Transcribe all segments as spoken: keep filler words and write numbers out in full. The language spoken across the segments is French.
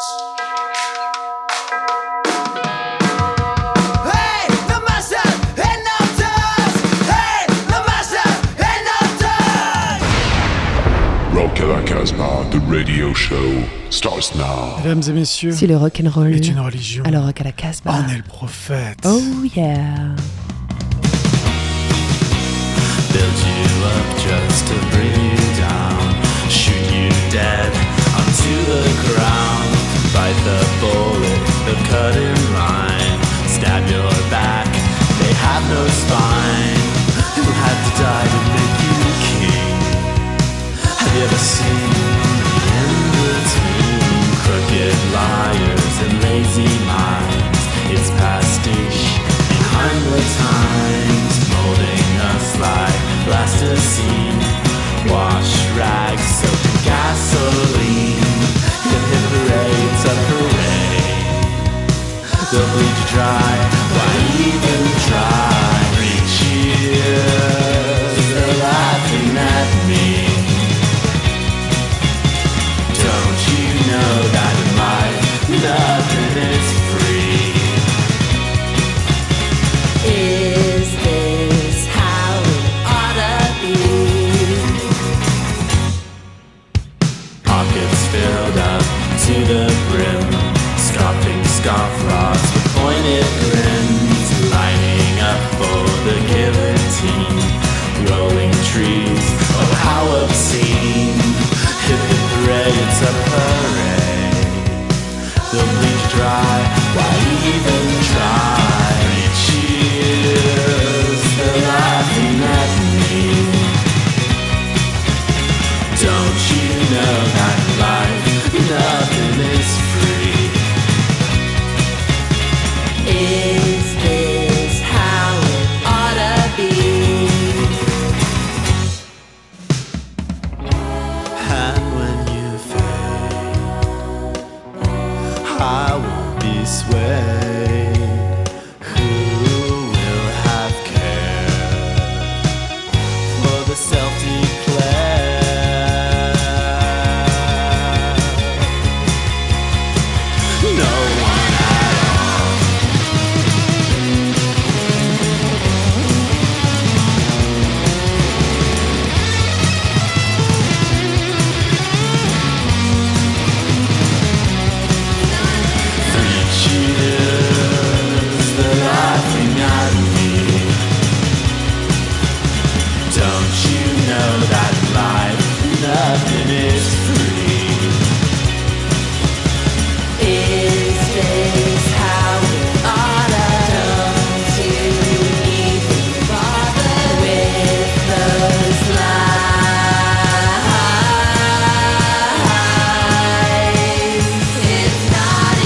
The radio show starts now. Mesdames et messieurs, si le rock'n'roll est une religion, alors Rock à la Casbah, on est le prophète. Oh yeah. Build you up just to bring you down, shoot you dead onto the ground, bite the bullet, the cut in line, stab your back, they have no spine. Who had to die to make you king? Have you ever seen the in-between? Crooked liars and lazy minds, it's pastiche behind the times, molding us like plasticine. Wash rags soaked in gasoline, the hit parade's a parade. They'll bleed you dry, why even try? Three cheers, they're laughing at me. Don't you know that in life nothing is free? Is this how it ought to be? Pockets filled up to the brim, scoffing scofflaws with pointed grins, lining up for the guillotine, rolling trees, oh how obscene. Hit the parade, it's a parade. They'll bleed you dry, why even try? Cheers, they're laughing at me. Don't you know that life, nothing is free? Is this how it ought to be? And when you fade, I won't be swayed. Who will have care for the self-declared? No one at all. Three cheers, they're laughing at me. Don't you know that life, nothing is free? Is this how it ought to? Don't you even bother with those lies? It's not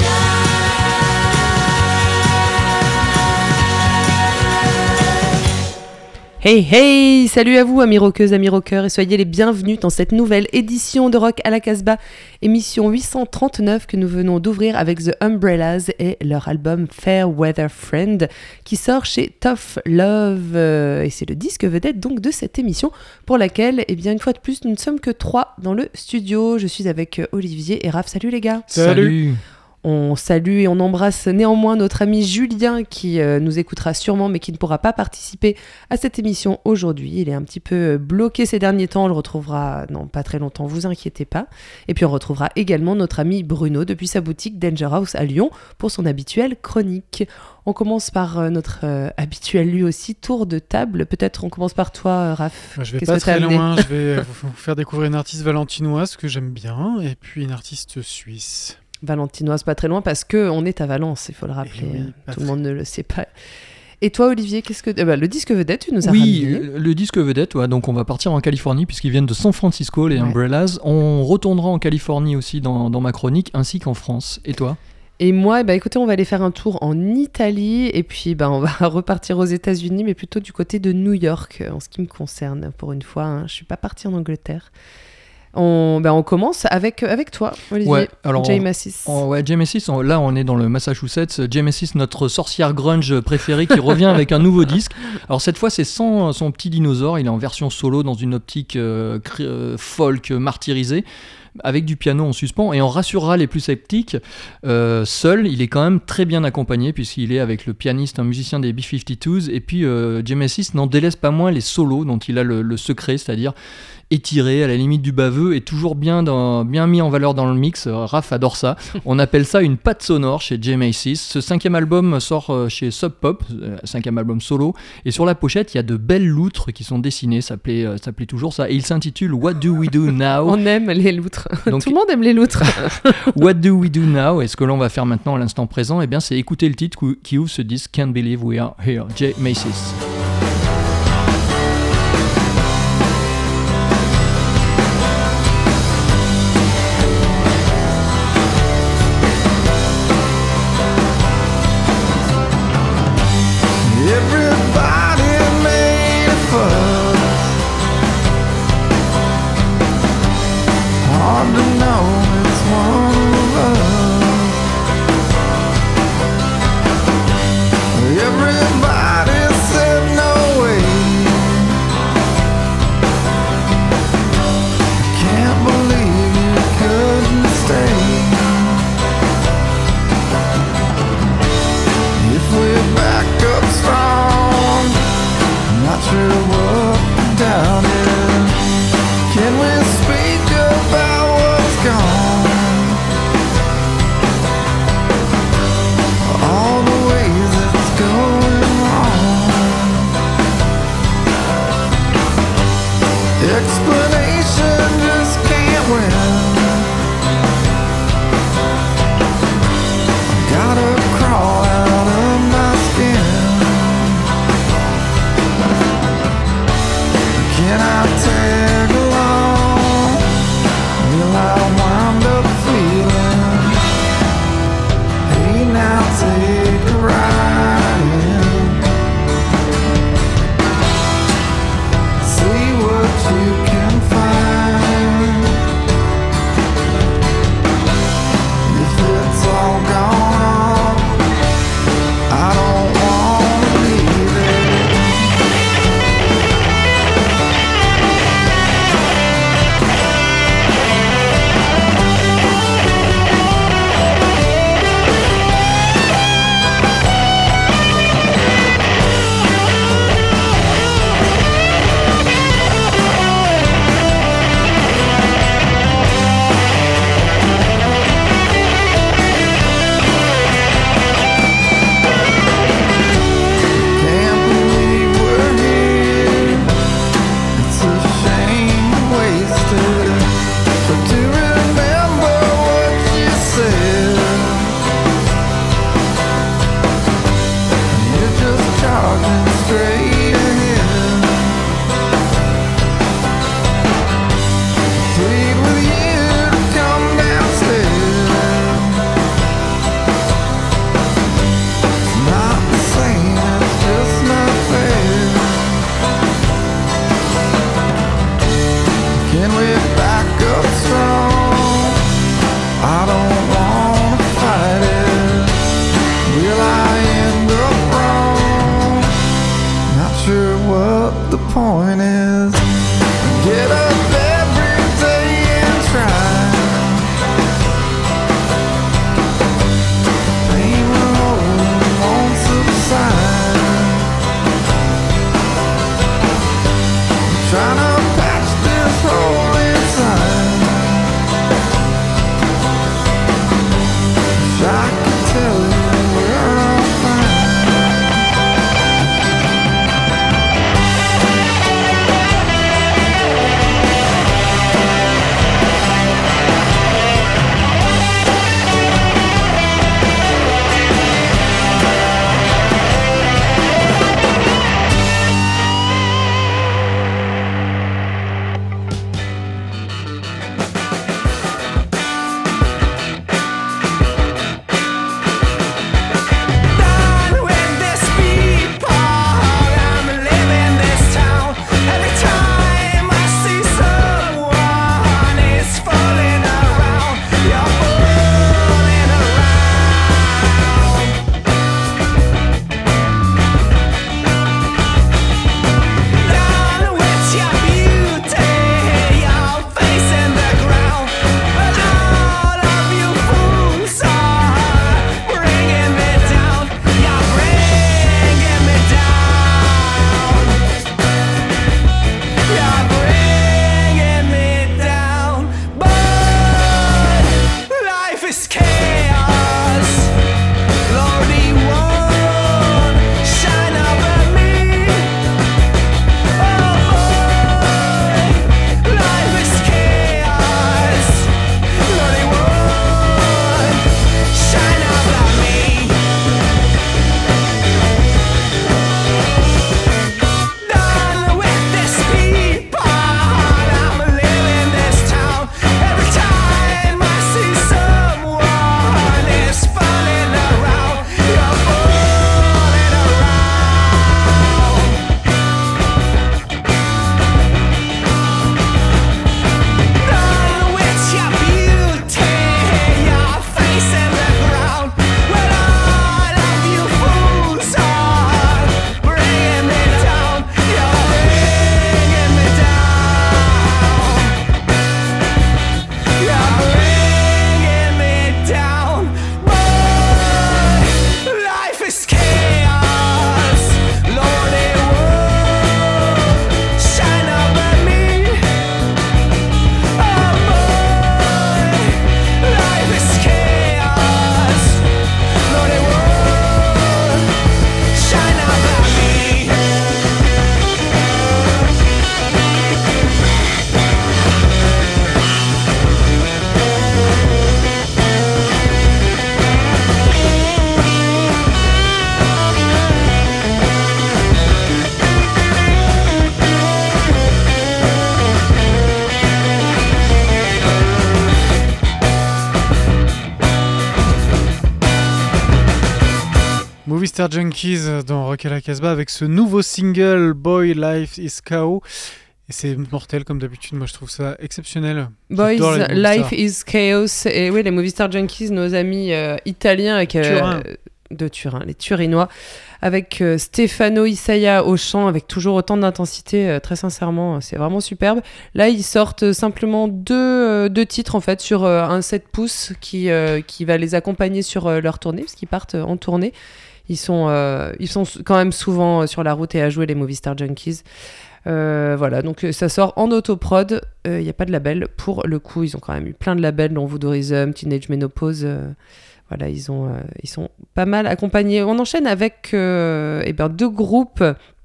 enough. Hey hey, salut à vous amis rockeuses, amis rockeurs, et soyez les bienvenus dans cette nouvelle édition de Rock à la Casbah, émission huit cent trente-neuf que nous venons d'ouvrir avec The Umbrellas et leur album Fair Weather Friend qui sort chez Tough Love, euh, et c'est le disque vedette donc de cette émission pour laquelle, eh bien une fois de plus, nous ne sommes que trois dans le studio. Je suis avec Olivier et Raph. Salut les gars. Salut. On salue et on embrasse néanmoins notre ami Julien qui euh, nous écoutera sûrement mais qui ne pourra pas participer à cette émission aujourd'hui. Il est un petit peu bloqué ces derniers temps, on le retrouvera dans pas très longtemps, vous inquiétez pas. Et puis on retrouvera également notre ami Bruno depuis sa boutique Danger House à Lyon pour son habituelle chronique. On commence par euh, notre euh, habituel lui aussi tour de table. Peut-être on commence par toi euh, Raph. Moi, je vais Qu'est-ce pas que t'as très amené loin, je vais vous faire découvrir une artiste valentinoise que j'aime bien et puis une artiste suisse. Valentinoise pas très loin parce qu'on est à Valence, il faut le rappeler, oui, tout très... le monde ne le sait pas. Et toi Olivier, qu'est-ce que... Eh ben, le disque vedette, tu nous as oui, ramené. le, le disque vedette, ouais, donc on va partir en Californie puisqu'ils viennent de San Francisco, les Ouais. Umbrellas. On retournera en Californie aussi dans, dans ma chronique, ainsi qu'en France. Et toi ? Et moi, bah, écoutez, on va aller faire un tour en Italie et puis bah, on va repartir aux États-Unis, mais plutôt du côté de New York en ce qui me concerne. Pour une fois, hein, je suis pas partie en Angleterre. On, bah, on commence avec, avec toi, Olivier. Ouais, alors J Mascis. on- on- ouais, J Mascis, on- là on est dans le Massachusetts. J Mascis, notre sorcière grunge préférée, qui revient avec un nouveau disque. Alors cette fois, c'est sans son petit dinosaure. Il est en version solo dans une optique euh, cri- euh, folk martyrisée. avec du piano en suspens, et on rassurera les plus sceptiques, euh, seul, il est quand même très bien accompagné, puisqu'il est avec le pianiste, un musicien des B cinquante-deux, et puis euh, Gemesis n'en délaisse pas moins les solos dont il a le, le secret, c'est-à-dire étiré, à la limite du baveux, et toujours bien, dans, bien mis en valeur dans le mix. Raph adore ça. On appelle ça une patte sonore chez Gemesis. Ce cinquième album sort chez Sub Pop, cinquième album solo, et sur la pochette, il y a de belles loutres qui sont dessinées, ça plaît, ça plaît toujours ça, et il s'intitule What Do We Do Now? On aime les loutres. Donc, tout le monde aime les loutres. What Do We Do Now? Et ce que l'on va faire maintenant à l'instant présent, eh bien, c'est écouter le titre qui ouvre ce disque, Can't Believe We Are Here, Gemesis. Everybody said Movie Star Junkies dans Rock à la Casbah avec ce nouveau single Boy Life is Chaos. Et c'est mortel comme d'habitude, moi je trouve ça exceptionnel. Boys Life Star. is Chaos. Et oui, les Movie Star Junkies, nos amis euh, italiens avec, euh, Turin. de Turin, les Turinois, avec euh, Stefano Isaiah au chant, avec toujours autant d'intensité, euh, très sincèrement, c'est vraiment superbe. Là, ils sortent simplement deux, euh, deux titres en fait sur euh, un sept pouces qui, euh, qui va les accompagner sur euh, leur tournée, parce qu'ils partent euh, en tournée. Ils sont, euh, ils sont quand même souvent sur la route et à jouer, les Movie Star Junkies. Euh, voilà, donc ça sort en autoprod, il euh, n'y a pas de label pour le coup, ils ont quand même eu plein de labels dont Voodooism, Teenage Menopause, euh, voilà, ils, ont, euh, ils sont pas mal accompagnés. On enchaîne avec euh, eh ben, deux groupes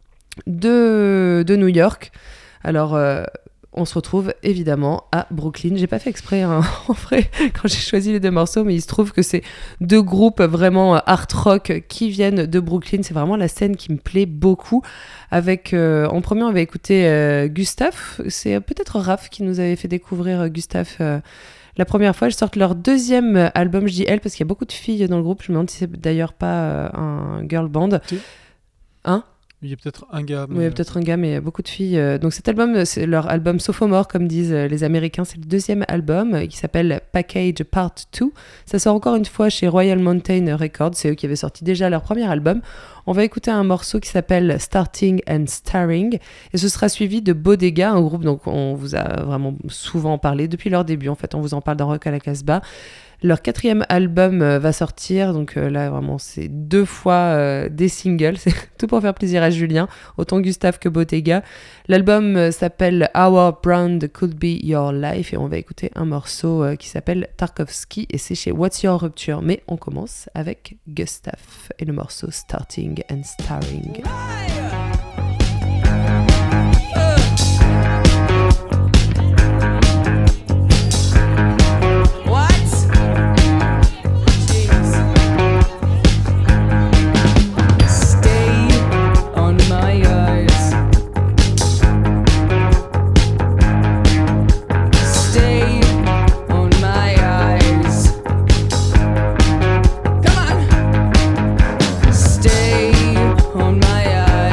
de, de New York. Alors, euh, on se retrouve évidemment à Brooklyn. J'ai pas fait exprès hein, en vrai quand j'ai choisi les deux morceaux, mais il se trouve que c'est deux groupes vraiment art rock qui viennent de Brooklyn. C'est vraiment la scène qui me plaît beaucoup. Avec, euh, en premier, on va écouter euh, Gustave. C'est peut-être Raph qui nous avait fait découvrir euh, Gustave euh, la première fois. Ils sortent leur deuxième album, je dis elle parce qu'il y a beaucoup de filles dans le groupe. Je me demande si c'est d'ailleurs pas euh, un girl band. Si. Hein ? Il y a peut-être un gars. Mais... Oui, il y a peut-être un gars, mais beaucoup de filles. Donc cet album, c'est leur album Sophomore, comme disent les Américains. C'est le deuxième album qui s'appelle Package Part deux. Ça sort encore une fois chez Royal Mountain Records. C'est eux qui avaient sorti déjà leur premier album. On va écouter un morceau qui s'appelle Starting and Starring. Et ce sera suivi de Bodega, un groupe dont on vous a vraiment souvent parlé depuis leur début. En fait, on vous en parle dans Rock à la Casbah. Leur quatrième album euh, va sortir, donc euh, là vraiment c'est deux fois euh, des singles, c'est tout pour faire plaisir à Julien, autant Gustave que Bottega. L'album euh, s'appelle Our Brand Could Be Your Life et on va écouter un morceau euh, qui s'appelle Tarkovsky et c'est chez What's Your Rupture. Mais on commence avec Gustave et le morceau Starting and Starring. Stay on my eyes.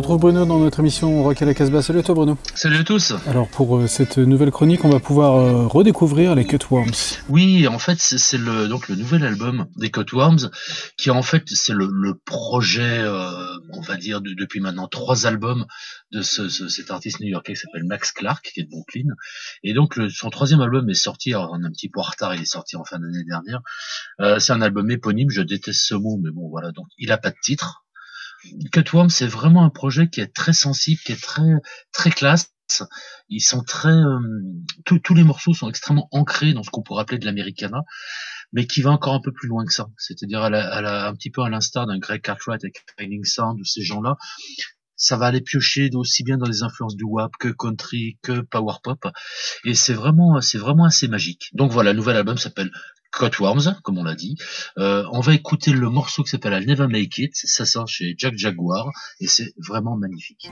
retrouve Bruno dans notre émission Rock à la Casbah. Salut à toi Bruno. Salut à tous. Alors pour euh, cette nouvelle chronique, on va pouvoir euh, redécouvrir les Cutworms. Oui, en fait c'est, c'est le donc le nouvel album des Cutworms qui en fait c'est le, le projet euh, on va dire de, depuis maintenant trois albums de ce, ce, cet artiste new-yorkais qui s'appelle Max Clark qui est de Brooklyn. Et donc le, son troisième album est sorti, alors on est un petit peu en retard, il est sorti en fin d'année dernière. Euh, c'est un album éponyme, je déteste ce mot mais bon voilà, donc il a pas de titre. Cutworms, c'est vraiment un projet qui est très sensible, qui est très très classe. Ils sont très, euh, tous, tous les morceaux sont extrêmement ancrés dans ce qu'on pourrait appeler de l'Americana, mais qui va encore un peu plus loin que ça. C'est-à-dire à la, à la, un petit peu à l'instar d'un Greg Cartwright avec Finding Sound ou ces gens-là. Ça va aller piocher aussi bien dans les influences du W A P que country, que power pop, et c'est vraiment, c'est vraiment assez magique. Donc voilà, le nouvel album s'appelle Cutworms, comme on l'a dit. Euh, on va écouter le morceau qui s'appelle I'll Never Make It. Ça sort chez Jack Jaguar et c'est vraiment magnifique.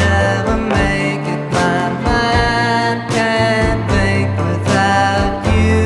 Make it, my mind can't think without you.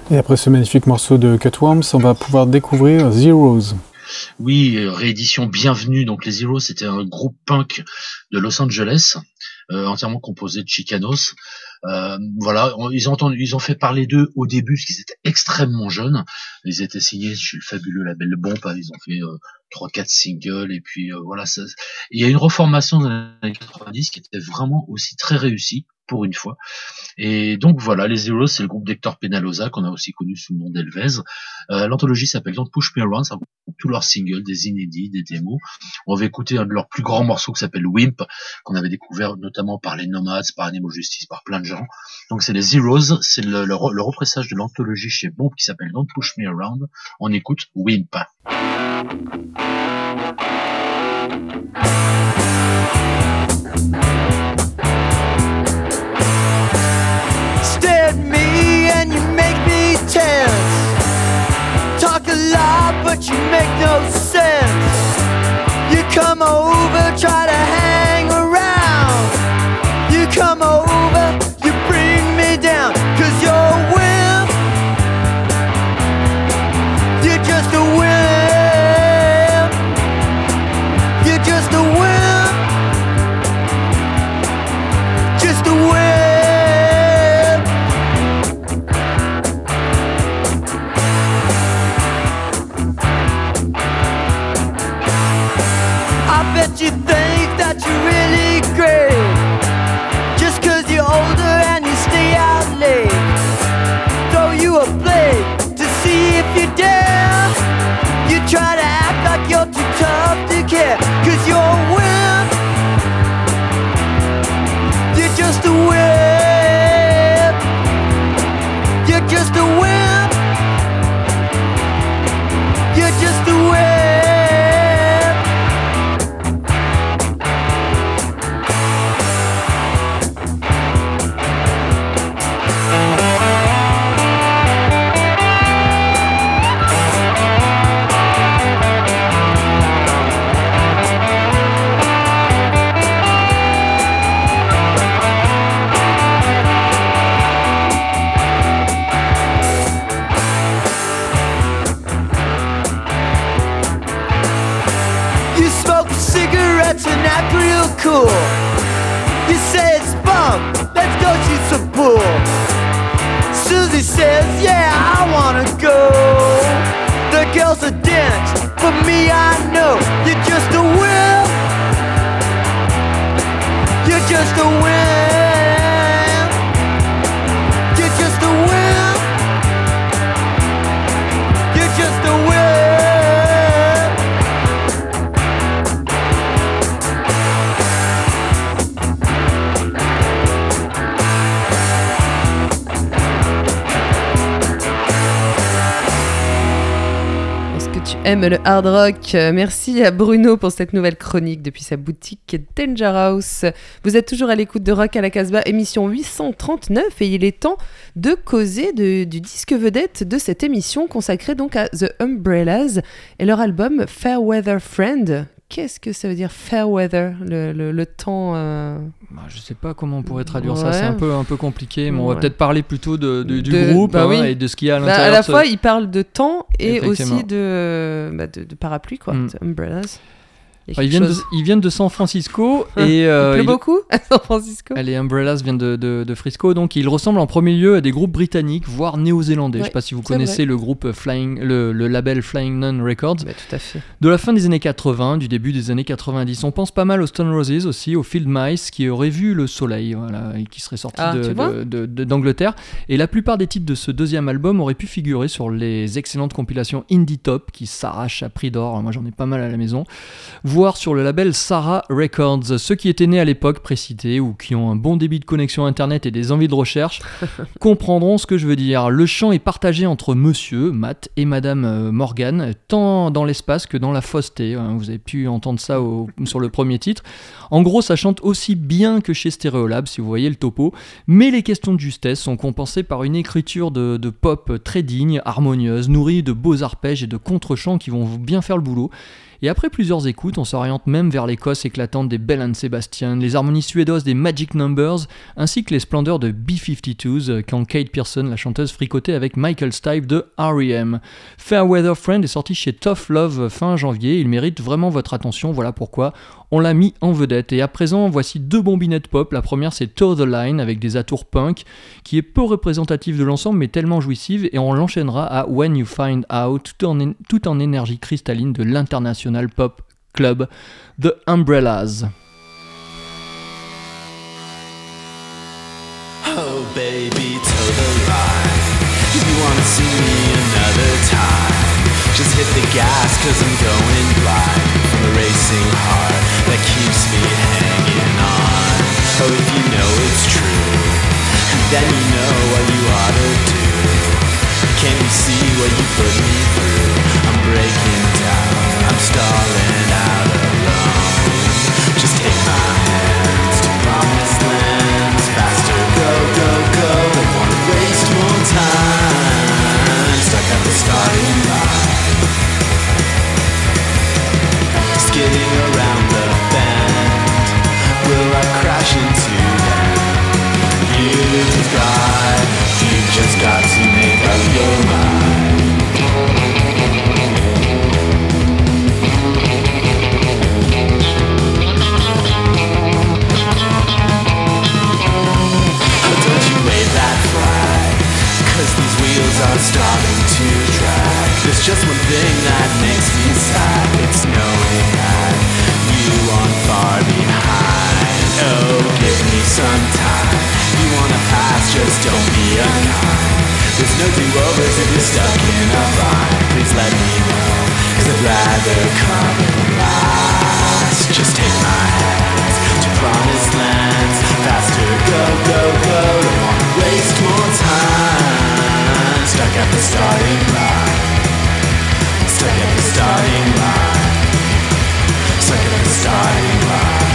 Et après ce magnifique morceau de Cutworms, on va pouvoir découvrir Zeros. Oui, réédition bienvenue. Donc les Zeros, c'était un groupe punk de Los Angeles, euh, entièrement composé de Chicanos. Euh, voilà, on, ils ont entendu, ils ont fait parler d'eux au début parce qu'ils étaient extrêmement jeunes. Ils étaient signés chez le fabuleux label Bomb. Ils ont fait euh, trois quatre singles et puis euh, voilà. Ça, il y a une reformation dans les années quatre-vingt-dix qui était vraiment aussi très réussie pour une fois. Et donc voilà, les Zeros, c'est le groupe d'Hector Penaloza qu'on a aussi connu sous le nom d'Elvez. Euh, l'anthologie s'appelle Don't Push Me Around, ça regroupe tous leurs singles, des inédits, des démos. On va écouter un de leurs plus grands morceaux qui s'appelle Wimp, qu'on avait découvert notamment par les Nomads, par Animal Justice, par plein de gens. Donc c'est les Zeros, c'est le, le, le repressage de l'anthologie chez Bomb qui s'appelle Don't Push Me Around. On écoute Wimp. Stare at me and you make me tense. Talk a lot but you make no sense. You come over, try to hang around. You come over, you bring me down. Cause you're a wimp. You're just a wimp. You're just a wimp. Just a wimp. Bet you think that you're really great just cause you're older and you stay out late. Throw you a blade to see if you dare. You try to act like you're too tough to care. Cause you're a wimp. You're just a wimp. You're just a wimp. You're just a wimp. And act real cool. You say it's bump, let's go shoot some pool. Susie says, yeah, I wanna go. The girls are dance, for me I know. You're just a wimp. You're just a wimp. You're just a wimp. You're just a wimp. Aime le hard rock. Merci à Bruno pour cette nouvelle chronique depuis sa boutique Danger House. Vous êtes toujours à l'écoute de Rock à la Casbah, émission huit cent trente-neuf, et il est temps de causer de, du disque vedette de cette émission consacrée donc à The Umbrellas et leur album Fairweather Friend. Qu'est-ce que ça veut dire Fairweather, le, le, le temps euh... bah, je sais pas comment on pourrait traduire ouais. ça, c'est un peu, un peu compliqué, mais on va ouais. peut-être parler plutôt de, de, du de, groupe bah hein, oui. et de ce qu'il y a à bah, l'intérieur. À la ce... fois, il parle de temps et aussi de, bah, de, de parapluie, quoi, mm. The Umbrellas. Enfin, ils, viennent de, ils viennent de San Francisco ah, et euh, il pleut il... beaucoup à San Francisco. Les Umbrellas viennent de, de, de Frisco, donc ils ressemblent en premier lieu à des groupes britanniques, voire néo-zélandais. Ouais, je ne sais pas si vous connaissez vrai. le groupe Flying, le, le label Flying Nun Records. Bah, tout à fait. De la fin des années quatre-vingts, du début des années quatre-vingt-dix. On pense pas mal aux Stone Roses aussi, aux Field Mice qui auraient vu le soleil, voilà, et qui seraient sortis ah, de, de, de, de, d'Angleterre. Et la plupart des titres de ce deuxième album auraient pu figurer sur les excellentes compilations Indie Top qui s'arrachent à prix d'or. Moi j'en ai pas mal à la maison. Voire sur le label Sarah Records. Ceux qui étaient nés à l'époque précitée ou qui ont un bon débit de connexion internet et des envies de recherche comprendront ce que je veux dire. Le champ est partagé entre monsieur, Matt et madame Morgan, tant dans l'espace que dans la fausseté. Vous avez pu entendre ça au, sur le premier titre. En gros, ça chante aussi bien que chez Stereolab, si vous voyez le topo, mais les questions de justesse sont compensées par une écriture de, de pop très digne, harmonieuse, nourrie de beaux arpèges et de contre-chants qui vont bien faire le boulot. Et après plusieurs écoutes, on s'oriente même vers l'Écosse éclatante des Bell and Sebastian, les harmonies suédoises des Magic Numbers, ainsi que les splendeurs de B cinquante-deux, quand Kate Pearson, la chanteuse, fricotait avec Michael Stipe de R E M. Fairweather Friend est sorti chez Tough Love fin janvier, il mérite vraiment votre attention, voilà pourquoi on l'a mis en vedette. Et à présent, voici deux bombinettes pop. La première, c'est Toe the Line avec des atours punk, qui est peu représentative de l'ensemble mais tellement jouissive, et on l'enchaînera à When You Find Out, tout en, tout en énergie cristalline de l'international pop club The Umbrellas. Oh baby, toe the line. If you wanna see me another time, just hit the gas cause I'm going blind from the racing heart that keeps me hanging on. Oh, if you know it's true, then you know what you ought to do. Can't you see what you put me through? I'm breaking down, I'm stalling out alone. Just take my hands to promised lands. Faster, go, go, go. Don't wanna waste more time. Stuck at the starting line, skidding around the bend. Will I crash into them? You've got, you've just got to make up your mind. Oh, don't you wave that flag, cause these wheels are starting to drag. There's just one thing that makes me sad, it's knowing that you aren't far behind. Oh, give me some time. You wanna pass, just don't be unkind. There's no do-overs if you're stuck in a bind. Please let me know, cause I'd rather come in last. Just take my hands to promised lands. Faster, go, go, go. Don't wanna waste more time. Stuck at the starting line. Stuck at the starting line. Stuck at the starting line.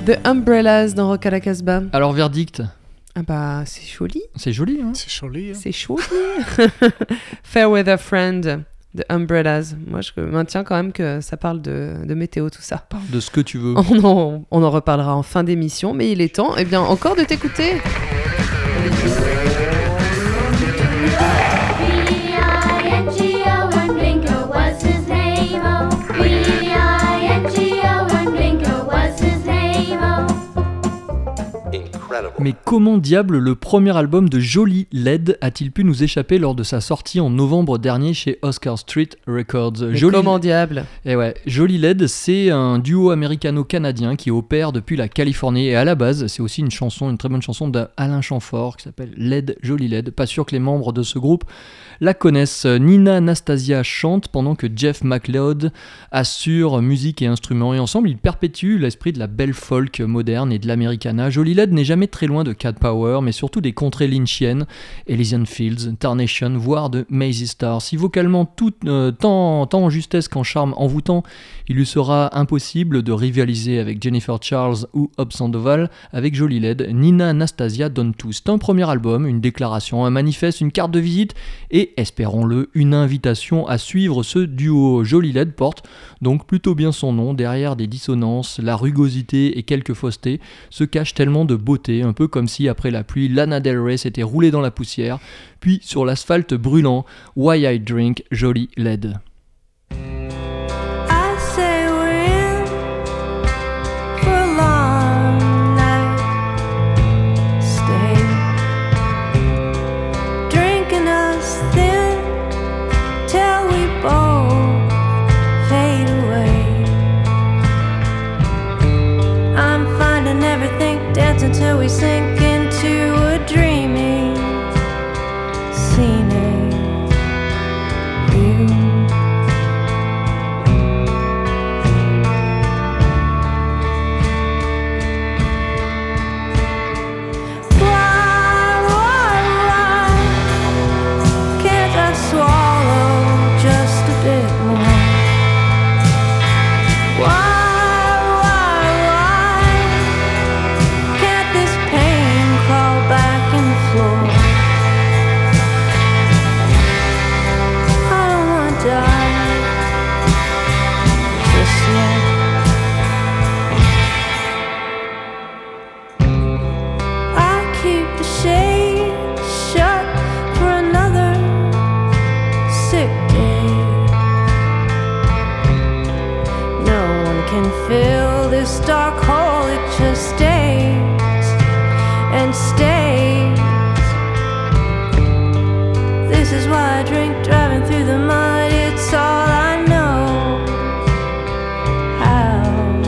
The Umbrellas dans Rock à la Casbah. Alors, verdict? Ah bah, c'est joli. C'est joli, hein. C'est joli. Hein. C'est joli. Fair Weather Friend, The Umbrellas. Moi, je maintiens quand même que ça parle de, de météo, tout ça. Parle de ce que tu veux. On en, on en reparlera en fin d'émission, mais il est temps, eh bien, encore de t'écouter. Mais comment diable le premier album de Jolie L E D a-t-il pu nous échapper lors de sa sortie en novembre dernier chez Oscar Street Records? Mais Jolie... comment diable? Et ouais, Jolie L E D, c'est un duo américano-canadien qui opère depuis la Californie. Et à la base, c'est aussi une chanson, une très bonne chanson d'Alain Chamfort qui s'appelle L E D, Jolie L E D. Pas sûr que les membres de ce groupe la connaissent. Nina Anastasia chante pendant que Jeff McLeod assure musique et instruments. Et ensemble, ils perpétuent l'esprit de la belle folk moderne et de l'americana. Jolie L E D n'est jamais très loin de Cat Power, mais surtout des contrées lynchiennes, Elysian Fields, Tarnation, voire de Mazzy Star. Si vocalement tout, euh, tant, tant en justesse qu'en charme envoûtant, il lui sera impossible de rivaliser avec Jennifer Charles ou Hope Sandoval, avec Jolie L E D, Nina Anastasia donne tout. C'est un premier album, une déclaration, un manifeste, une carte de visite et, espérons-le, une invitation à suivre ce duo. Jolie L E D porte donc plutôt bien son nom. Derrière des dissonances, la rugosité et quelques faussetés se cachent tellement de beauté, un peu comme si après la pluie, Lana Del Rey s'était roulée dans la poussière, puis sur l'asphalte brûlant, Why I Drink, Jolie L E D. I say we're in for a long night. Stay drinking us thin till we both fade away. I'm finding everything dancing till we sink into a dreamy scenic view. Why, why, why can't I swallow just a bit more? Why, why, why can't this pain crawl back in the floor? I don't wanna die just yet. I keep the shade shut for another sick day. No one can fill this dark hole, it just stays and stays. This is why I drink driving through the mud, it's all I know how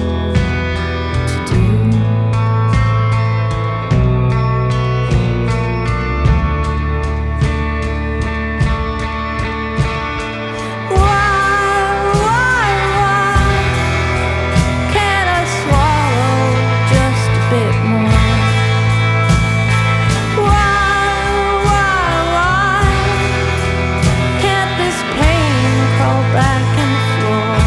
to do. Why, why, why can't I swallow just a bit more? Why, why, why can't this pain crawl back in the floor?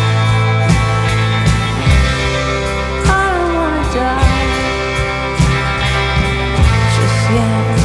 I don't wanna die just yet.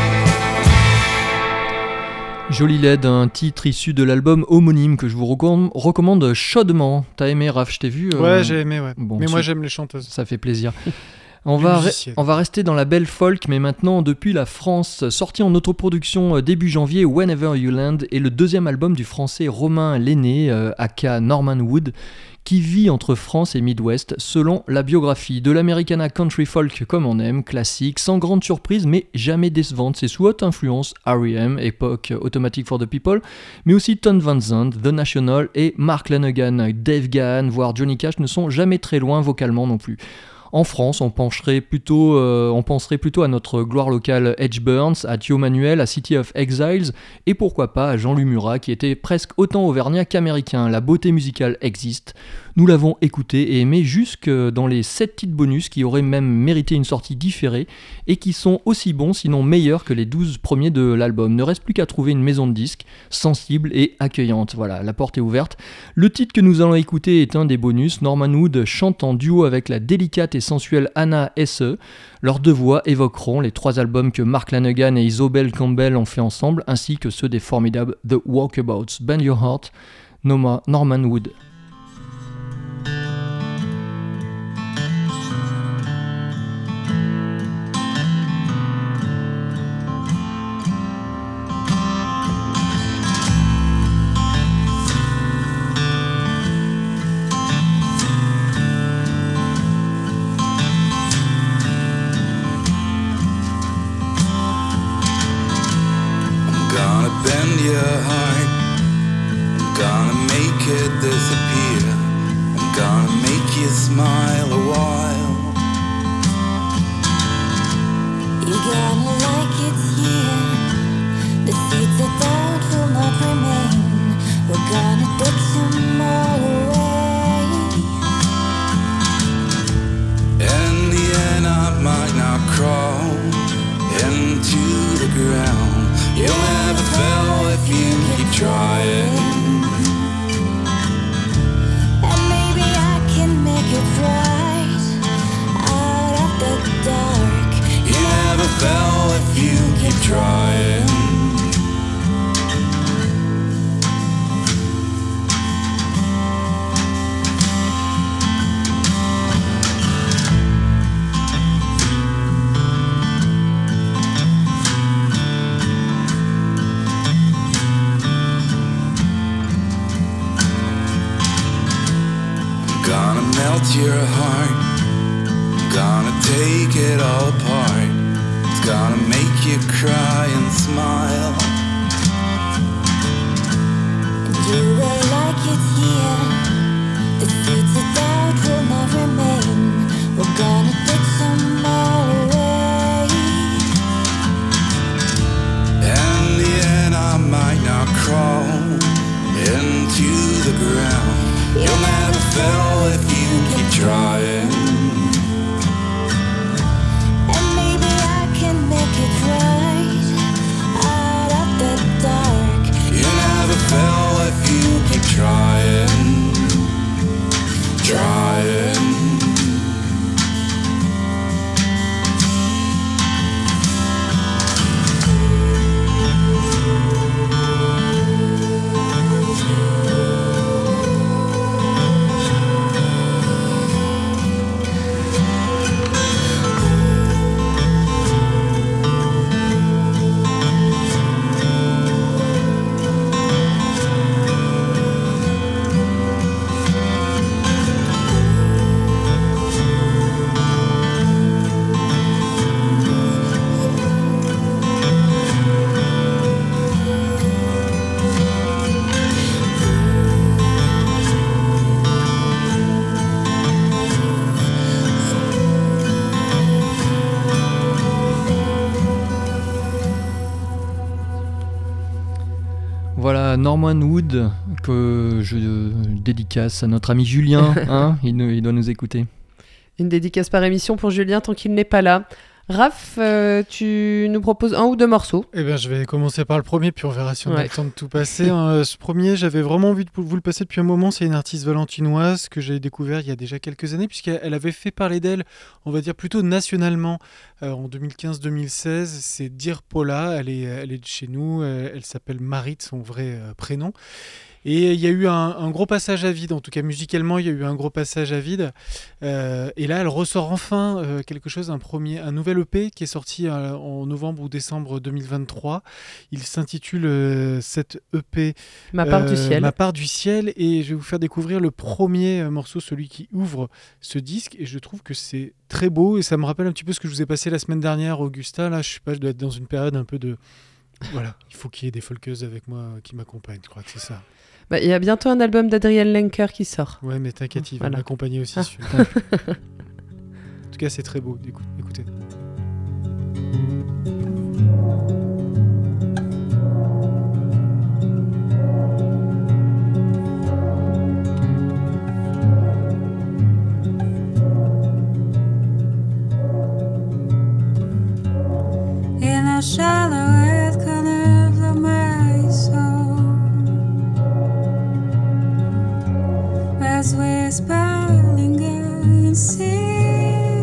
Jolie L E D, un titre issu de l'album homonyme que je vous recomm- recommande chaudement. T'as aimé, Raph? Je t'ai vu euh, Ouais, j'ai aimé, ouais. Bon, mais moi, tu- j'aime les chanteuses. Ça fait plaisir. On Les va, re- musiciennes. on va rester dans la belle folk, mais maintenant depuis la France. Sorti en autoproduction euh, début janvier, Whenever You Land est le deuxième album du français Romain Lenné, euh, aka Norman Wood, qui vit entre France et Midwest selon la biographie. De l'Americana country folk comme on aime, classique, sans grande surprise mais jamais décevante. C'est sous haute influence R E M, époque Automatic for the People, mais aussi Ton Van Zandt, The National et Mark Lanegan. Dave Gahan, voire Johnny Cash ne sont jamais très loin vocalement non plus. En France, on pencherait plutôt, euh, on penserait plutôt à notre gloire locale Edge Burns, à Thio Manuel, à City of Exiles, et pourquoi pas à Jean-Louis Murat, qui était presque autant auvergnat qu'américain. La beauté musicale existe. Nous l'avons écouté et aimé jusque dans les sept titres bonus qui auraient même mérité une sortie différée et qui sont aussi bons, sinon meilleurs que les douze premiers de l'album. Ne reste plus qu'à trouver une maison de disques sensible et accueillante. Voilà, la porte est ouverte. Le titre que nous allons écouter est un des bonus. Norman Wood chante en duo avec la délicate et et sensuelle Anna Hesse. Leurs deux voix évoqueront les trois albums que Mark Lanegan et Isobel Campbell ont fait ensemble, ainsi que ceux des formidables The Walkabouts, Bend Your Heart, Norma- Norman Wood. Voilà Norman Wood que je dédicace à notre ami Julien, hein, il, nous, il doit nous écouter. Une dédicace par émission pour Julien tant qu'il n'est pas là. Raph, euh, tu nous proposes un ou deux morceaux. Eh bien, je vais commencer par le premier, puis on verra si on Ouais. a le temps de tout passer. Euh, ce premier, j'avais vraiment envie de vous le passer depuis un moment. C'est une artiste valentinoise que j'ai découvert il y a déjà quelques années, puisqu'elle avait fait parler d'elle, on va dire plutôt nationalement, euh, en deux mille quinze deux mille seize. C'est Dear Paula, elle est, elle est de chez nous, euh, elle s'appelle Marit, son vrai euh, prénom. Et il y a eu un, un gros passage à vide, en tout cas musicalement, il y a eu un gros passage à vide. Euh, et là, elle ressort enfin euh, quelque chose, un, premier, un nouvel E P qui est sorti euh, en novembre ou décembre deux mille vingt-trois. Il s'intitule euh, cet E P Ma part du euh, ciel. Ma part du ciel. Et je vais vous faire découvrir le premier euh, morceau, celui qui ouvre ce disque. Et je trouve que c'est très beau. Et ça me rappelle un petit peu ce que je vous ai passé la semaine dernière, Augusta. Là, je sais pas, je dois être dans une période un peu de... Voilà, il faut qu'il y ait des folkeuses avec moi euh, qui m'accompagnent. Je crois que c'est ça. Bah, il y a bientôt un album d'Adrienne Lenker qui sort. Ouais, mais t'inquiète, il va Voilà. m'accompagner aussi. Ah. Celui-là. En tout cas, c'est très beau. Écoute- Écoutez. In a shallow earth curve of my soul, as we're spiraling and see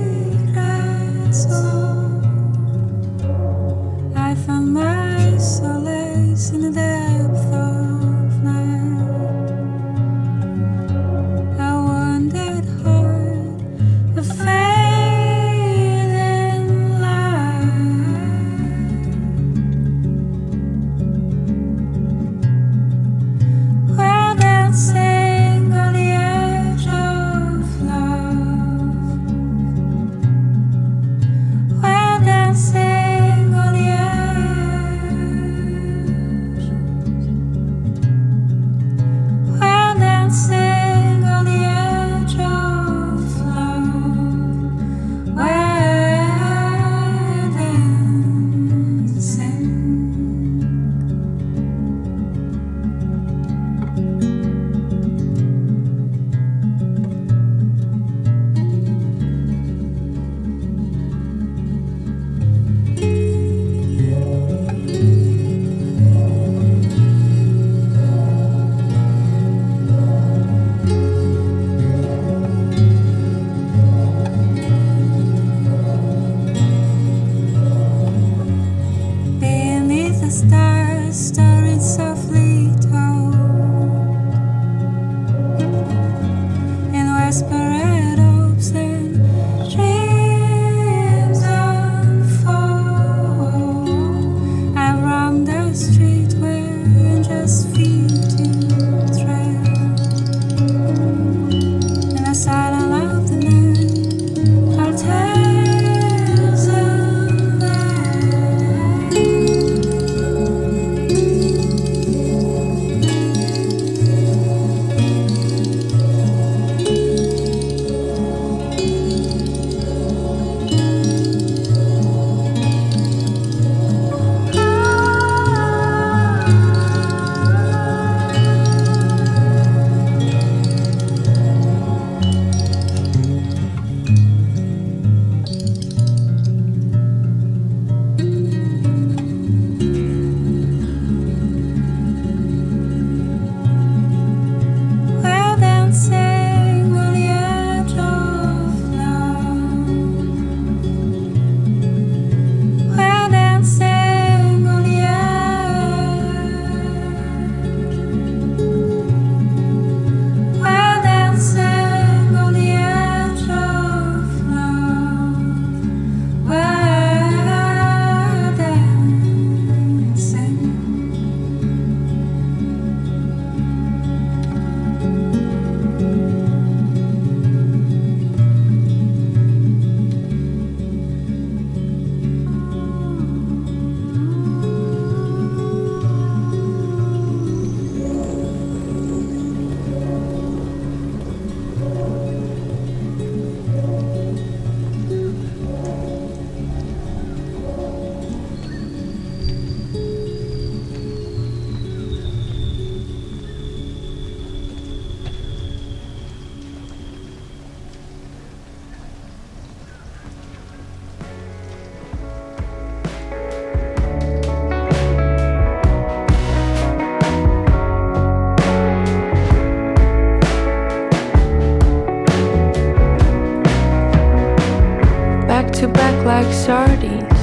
like sardines.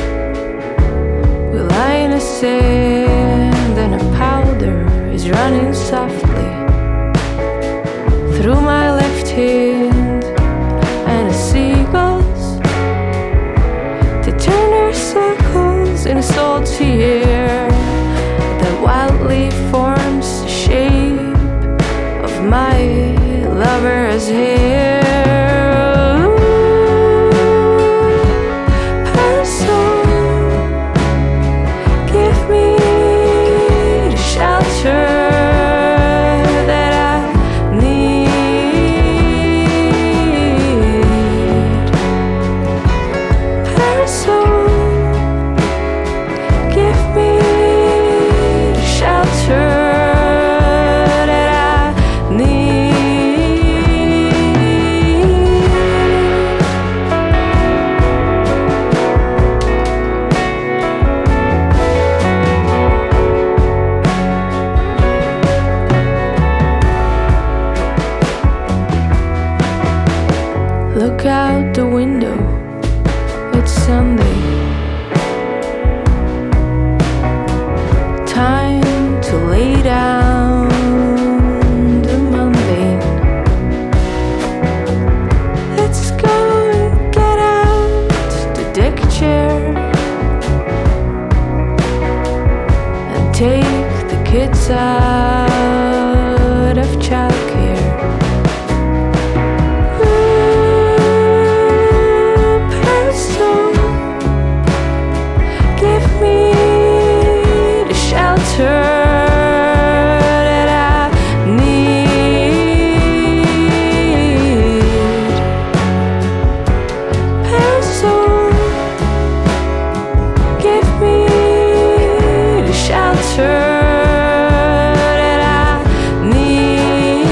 We lie in the sand and a powder is running softly through my left hand, and the seagulls, they turn their circles in a salty air that wildly forms the shape of my lover's hair. Parasol, give me the shelter that I need. Parasol, give me the shelter that I need. Look out the window, it's Sunday. Time to lay down the mundane. Let's go and get out the deck chair and take the kids out of childcare. Parasol, give me the shelter that I need. Parasol, give me the shelter that I need.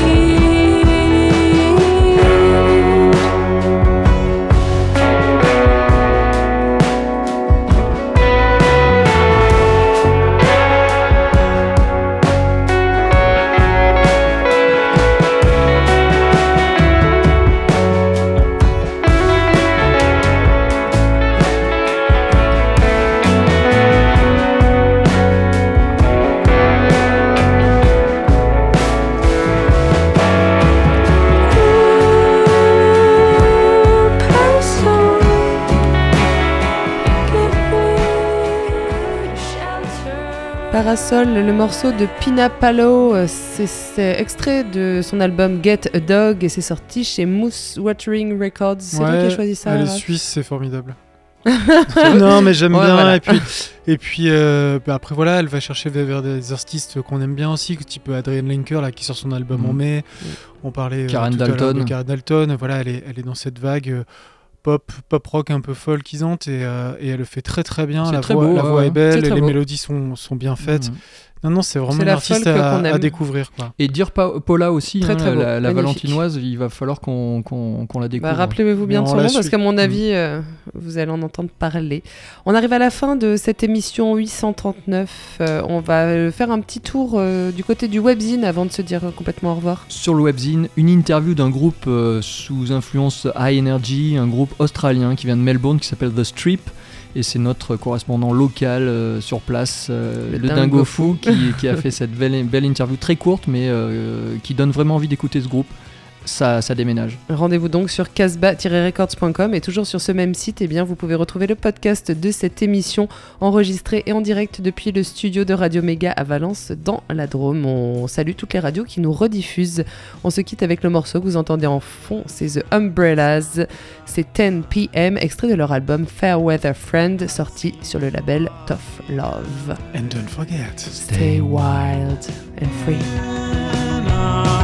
Parasol, give me the shelter. Parasol, le morceau de Pina Palo, euh, c'est, c'est extrait de son album Get a Dog et c'est sorti chez Moose Watering Records. C'est toi qui as choisi ça, Elle est Raph suisse, c'est formidable. Non, mais j'aime Ouais, bien. voilà. Et puis, et puis euh, bah, après, voilà, elle va chercher vers, vers des artistes qu'on aime bien aussi, type Adrian Lenker, là, qui sort son album en Mhm. mai. On parlait euh, Karen tout à l'heure Dalton. de Karen Dalton. Voilà, elle est, elle est dans cette vague euh, pop, pop rock un peu folkisante et, euh, et elle le fait très très bien. C'est La très voix, beau, la ouais, voix ouais. est belle, C'est et très les beau. mélodies sont, sont bien faites. Mhm. Non, non, c'est vraiment C'est une la artiste folk à, qu'on à aime. découvrir, quoi. Et Dear Pa- Paula aussi, Très, hein, très beau, la, la magnifique. valentinoise, il va falloir qu'on, qu'on, qu'on la découvre. Bah, rappelez-vous bien Mais de on son la nom parce suit. qu'à mon avis, euh, vous allez en entendre parler. On arrive à la fin de cette émission huit cent trente-neuf. Euh, on va euh, faire un petit tour euh, du côté du webzine avant de se dire euh, complètement au revoir. Sur le webzine, une interview d'un groupe euh, sous influence High Energy, un groupe australien qui vient de Melbourne qui s'appelle The Strip. Et c'est notre correspondant local euh, sur place, euh, Le le, Dingo Dingo Fou. Fou, qui, qui a fait cette belle, belle interview très courte, mais euh, qui donne vraiment envie d'écouter ce groupe. Ça, ça déménage. Rendez-vous donc sur casbah tiret records point com et toujours sur ce même site, eh bien, vous pouvez retrouver le podcast de cette émission enregistrée et en direct depuis le studio de Radio Méga à Valence dans la Drôme. On salue toutes les radios qui nous rediffusent. On se quitte avec le morceau que vous entendez en fond, c'est The Umbrellas. C'est ten p m, extrait de leur album Fairweather Friend, sorti sur le label Tough Love. And don't forget. Stay wild and free.